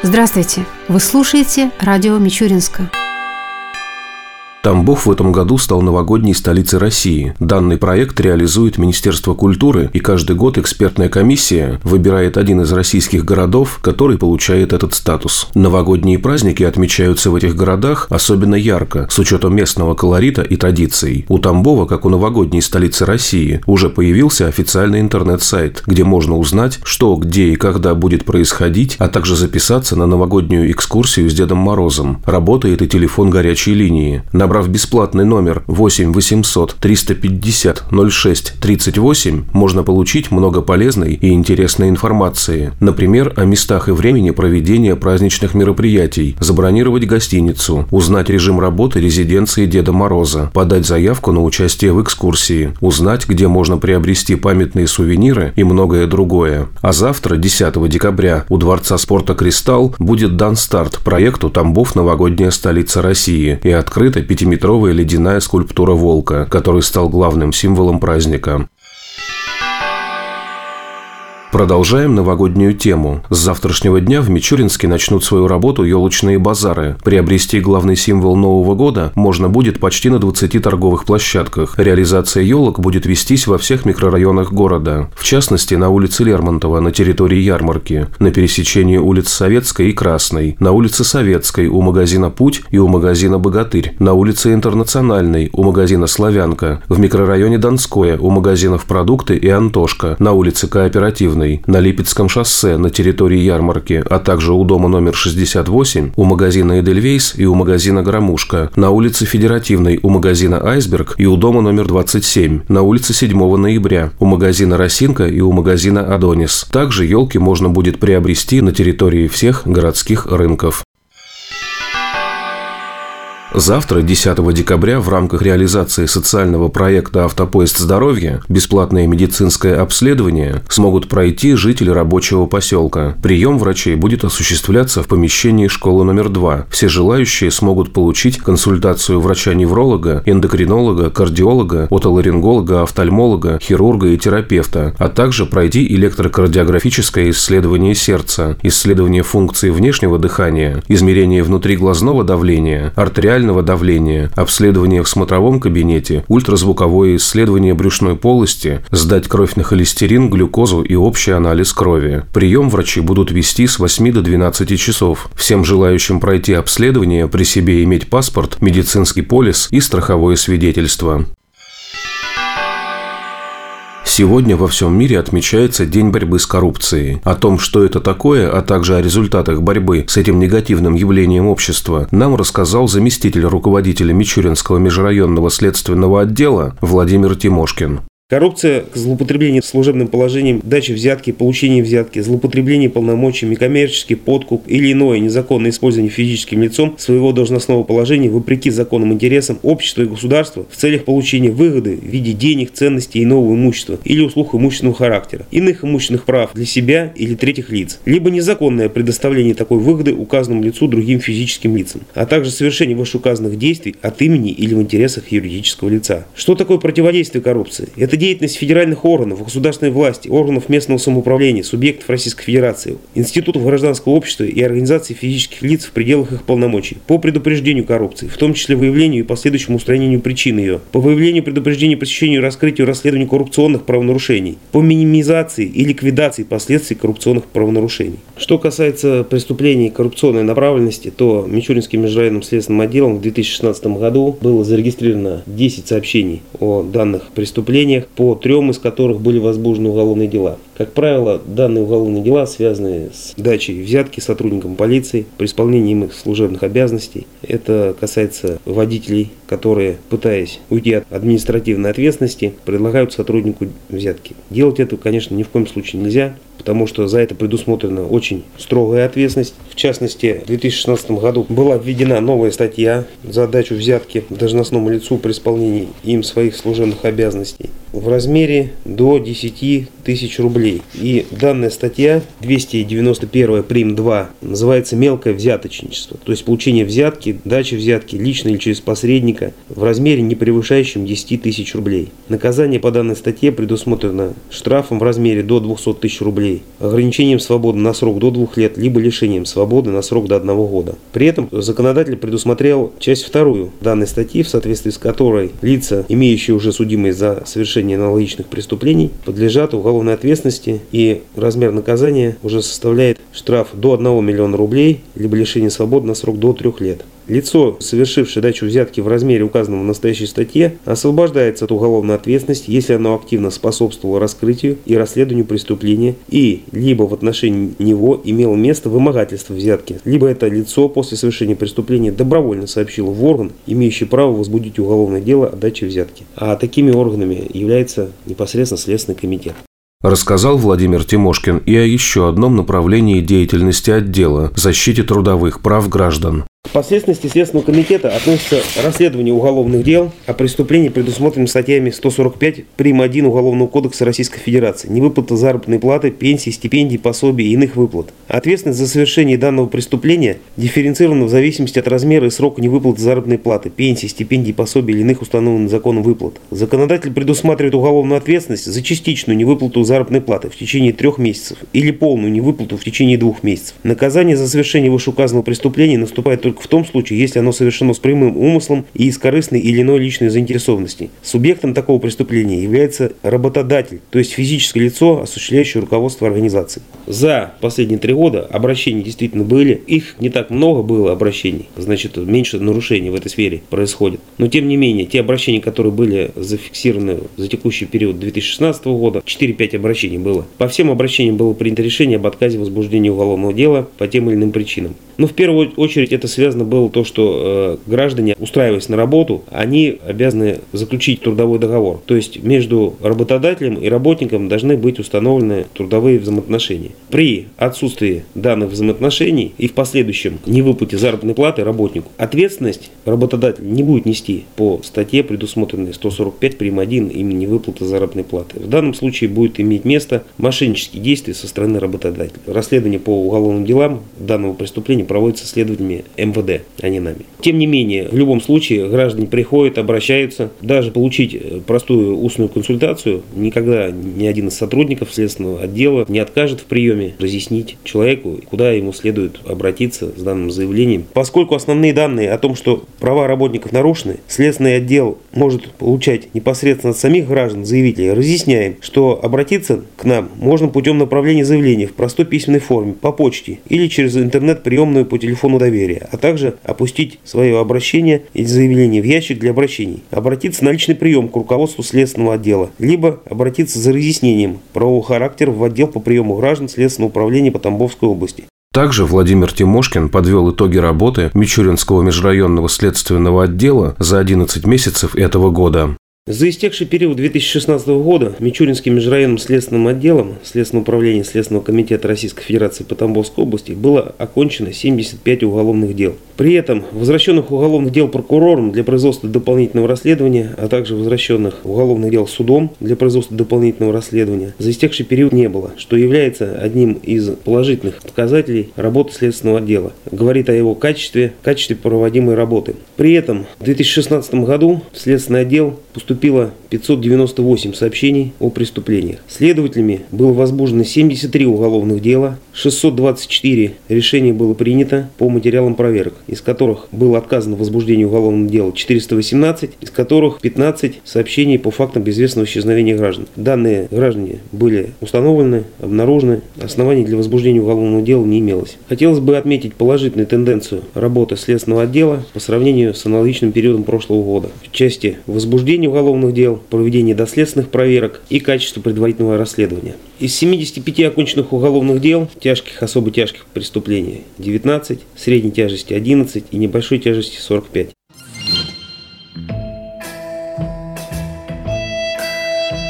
Здравствуйте! Вы слушаете радио Мичуринска. Тамбов в этом году стал новогодней столицей России. Данный проект реализует Министерство культуры, и каждый год экспертная комиссия выбирает один из российских городов, который получает этот статус. Новогодние праздники отмечаются в этих городах особенно ярко, с учетом местного колорита и традиций. У Тамбова, как у новогодней столицы России, уже появился официальный интернет-сайт, где можно узнать, что, где и когда будет происходить, а также записаться на новогоднюю экскурсию с Дедом Морозом. Работает и телефон горячей линии. Набрав бесплатный номер 8 800 350 06 38, можно получить много полезной и интересной информации. Например, о местах и времени проведения праздничных мероприятий, забронировать гостиницу, узнать режим работы резиденции Деда Мороза, подать заявку на участие в экскурсии, узнать, где можно приобрести памятные сувениры и многое другое. А завтра, 10 декабря, у Дворца спорта «Кристалл» будет дан старт проекту «Тамбов. Новогодняя столица России» и открыта 5-метровая ледяная скульптура волка, который стал главным символом праздника. Продолжаем новогоднюю тему. С завтрашнего дня в Мичуринске начнут свою работу елочные базары. Приобрести главный символ Нового года можно будет почти на 20 торговых площадках. Реализация елок будет вестись во всех микрорайонах города. В частности, на улице Лермонтова на территории ярмарки, на пересечении улиц Советской и Красной, на улице Советской у магазина «Путь» и у магазина «Богатырь», на улице Интернациональной у магазина «Славянка», в микрорайоне Донское у магазинов «Продукты» и «Антошка», на улице Кооперативной, на Липецком шоссе на территории ярмарки, а также у дома номер 68, у магазина «Эдельвейс» и у магазина «Громушка», на улице Федеративной у магазина «Айсберг» и у дома номер 27, на улице 7 ноября у магазина «Росинка» и у магазина «Адонис». Также елки можно будет приобрести на территории всех городских рынков. Завтра, 10 декабря, в рамках реализации социального проекта «Автопоезд здоровья» бесплатное медицинское обследование смогут пройти жители рабочего поселка. Прием врачей будет осуществляться в помещении школы номер 2. Все желающие смогут получить консультацию врача-невролога, эндокринолога, кардиолога, отоларинголога, офтальмолога, хирурга и терапевта, а также пройти электрокардиографическое исследование сердца, исследование функции внешнего дыхания, измерение внутриглазного давления, артериального давления, обследование в смотровом кабинете, ультразвуковое исследование брюшной полости, сдать кровь на холестерин, глюкозу и общий анализ крови. Прием врачи будут вести с 8 до 12 часов. Всем желающим пройти обследование при себе иметь паспорт, медицинский полис и страховое свидетельство. Сегодня во всем мире отмечается День борьбы с коррупцией. О том, что это такое, а также о результатах борьбы с этим негативным явлением общества, нам рассказал заместитель руководителя Мичуринского межрайонного следственного отдела Владимир Тимошкин. Коррупция, злоупотребление служебным положением, дача взятки, получение взятки, злоупотребление полномочиями, коммерческий подкуп или иное незаконное использование физическим лицом своего должностного положения вопреки законным интересам общества и государства в целях получения выгоды в виде денег, ценностей и иного имущества или услуг имущественного характера, иных имущественных прав для себя или третьих лиц, либо незаконное предоставление такой выгоды указанному лицу другим физическим лицам, а также совершение вышеуказанных действий от имени или в интересах юридического лица. Что такое противодействие коррупции? Это деятельность федеральных органов, государственной власти, органов местного самоуправления, субъектов Российской Федерации, институтов гражданского общества и организаций физических лиц в пределах их полномочий по предупреждению коррупции, в том числе выявлению и последующему устранению причин ее, по выявлению, предупреждению, пресечению, раскрытию, расследованию коррупционных правонарушений, по минимизации и ликвидации последствий коррупционных правонарушений. Что касается преступлений коррупционной направленности, то Мичуринским межрайонным следственным отделом в 2016 году было зарегистрировано 10 сообщений о данных преступлениях, по 3 из которых были возбуждены уголовные дела. Как правило, данные уголовные дела связаны с дачей взятки сотрудникам полиции при исполнении им их служебных обязанностей. Это касается водителей, которые, пытаясь уйти от административной ответственности, предлагают сотруднику взятки. Делать это, конечно, ни в коем случае нельзя, потому что за это предусмотрена очень строгая ответственность. В частности, в 2016 году была введена новая статья за дачу взятки должностному лицу при исполнении им своих служебных обязанностей в размере до 10 тысяч рублей. рублей. И данная статья 291 прим. 2 называется «Мелкое взяточничество». То есть получение взятки, дача взятки лично или через посредника в размере, не превышающем 10 тысяч рублей. Наказание по данной статье предусмотрено штрафом в размере до 200 тысяч рублей, ограничением свободы на срок до 2 лет, либо лишением свободы на срок до 1 года. При этом законодатель предусмотрел часть 2 данной статьи, в соответствии с которой лица, имеющие уже судимость за совершение аналогичных преступлений, подлежат уголовной ответственности, и размер наказания уже составляет штраф до 1 миллиона рублей, либо лишение свободы на срок до 3 лет. Лицо, совершившее дачу взятки в размере, указанном в настоящей статье, освобождается от уголовной ответственности, если оно активно способствовало раскрытию и расследованию преступления, и либо в отношении него имело место вымогательство взятки, либо это лицо после совершения преступления добровольно сообщило в орган, имеющий право возбудить уголовное дело о даче взятки. А такими органами является непосредственно Следственный комитет. Рассказал Владимир Тимошкин и о еще одном направлении деятельности отдела – защите трудовых прав граждан. К подследственности Следственного комитета относится расследование уголовных дел о преступлении, предусмотренных статьями 145 прим. 1 Уголовного кодекса Российской Федерации, невыплата заработной платы, пенсий, стипендий, пособий и иных выплат. Ответственность за совершение данного преступления дифференцирована в зависимости от размера и срока невыплаты заработной платы, пенсий, стипендий, пособий или иных установленных законом выплат. Законодатель предусматривает уголовную ответственность за частичную невыплату заработной платы в течение 3 месяцев или полную невыплату в течение 2 месяцев. Наказание за совершение вышеуказанного преступления наступает только в том случае, если оно совершено с прямым умыслом и из корыстной или иной личной заинтересованности. Субъектом такого преступления является работодатель, то есть физическое лицо, осуществляющее руководство организацией. За последние 3 года обращений действительно были, их не так много было обращений, значит меньше нарушений в этой сфере происходит. Но тем не менее, те обращения, которые были зафиксированы за текущий период 2016 года, 4-5 обращений было. По всем обращениям было принято решение об отказе в возбуждении уголовного дела по тем или иным причинам. Но в первую очередь это связано было то, что граждане, устраиваясь на работу, они обязаны заключить трудовой договор. То есть между работодателем и работником должны быть установлены трудовые взаимоотношения. При отсутствии данных взаимоотношений и в последующем невыплате заработной платы работнику, ответственность работодатель не будет нести по статье, предусмотренной 145 прим. 1, именно невыплата заработной платы. В данном случае будет иметь место мошеннические действия со стороны работодателя. Расследование по уголовным делам данного преступления проводится следователями МВД, а не нами. Тем не менее, в любом случае граждане приходят, обращаются. Даже получить простую устную консультацию никогда ни один из сотрудников следственного отдела не откажет в приеме разъяснить человеку, куда ему следует обратиться с данным заявлением. Поскольку основные данные о том, что права работников нарушены, следственный отдел может получать непосредственно от самих граждан, заявителей, разъясняем, что обратиться к нам можно путем направления заявления в простой письменной форме, по почте или через интернет-приемную по телефону доверия, а также опустить свое обращение или заявление в ящик для обращений, обратиться на личный прием к руководству следственного отдела, либо обратиться за разъяснением правового характера в отдел по приему граждан Следственного управления по Тамбовской области. Также Владимир Тимошкин подвел итоги работы Мичуринского межрайонного следственного отдела за 11 месяцев этого года. За истекший период 2016 года Мичуринским межрайонным следственным отделом Следственного управления Следственного комитета Российской Федерации по Тамбовской области было окончено 75 уголовных дел. При этом возвращенных уголовных дел прокурором для производства дополнительного расследования, а также возвращенных уголовных дел судом для производства дополнительного расследования за истекший период не было, что является одним из положительных показателей работы следственного отдела. Говорит о его качестве проводимой работы. При этом в 2016 году в следственный отдел поступило 598 сообщений о преступлениях. Следователями было возбуждено 73 уголовных дела, 624 решения было принято по материалам проверок, из которых было отказано в возбуждении уголовного дела 418, из которых 15 сообщений по фактам безвестного исчезновения граждан. Данные граждане были установлены, обнаружены, оснований для возбуждения уголовного дела не имелось. Хотелось бы отметить положительную тенденцию работы следственного отдела по сравнению с аналогичным периодом прошлого года в части возбуждения уголовных дел, проведения доследственных проверок и качества предварительного расследования. Из 75 оконченных уголовных дел, тяжких, особо тяжких преступлений 19, средней тяжести 11 и небольшой тяжести 45.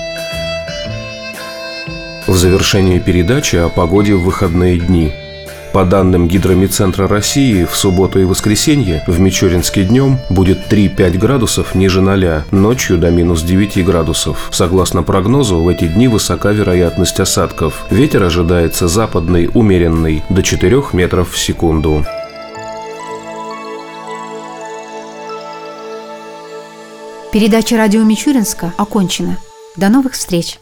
В завершении передачи о погоде в выходные дни. По данным Гидромедцентра России, в субботу и воскресенье в Мичуринске днем будет 3-5 градусов ниже 0, ночью до минус 9 градусов. Согласно прогнозу, в эти дни высока вероятность осадков. Ветер ожидается западный, умеренный, до 4 метров в секунду. Передача «Радио Мичуринска» окончена. До новых встреч!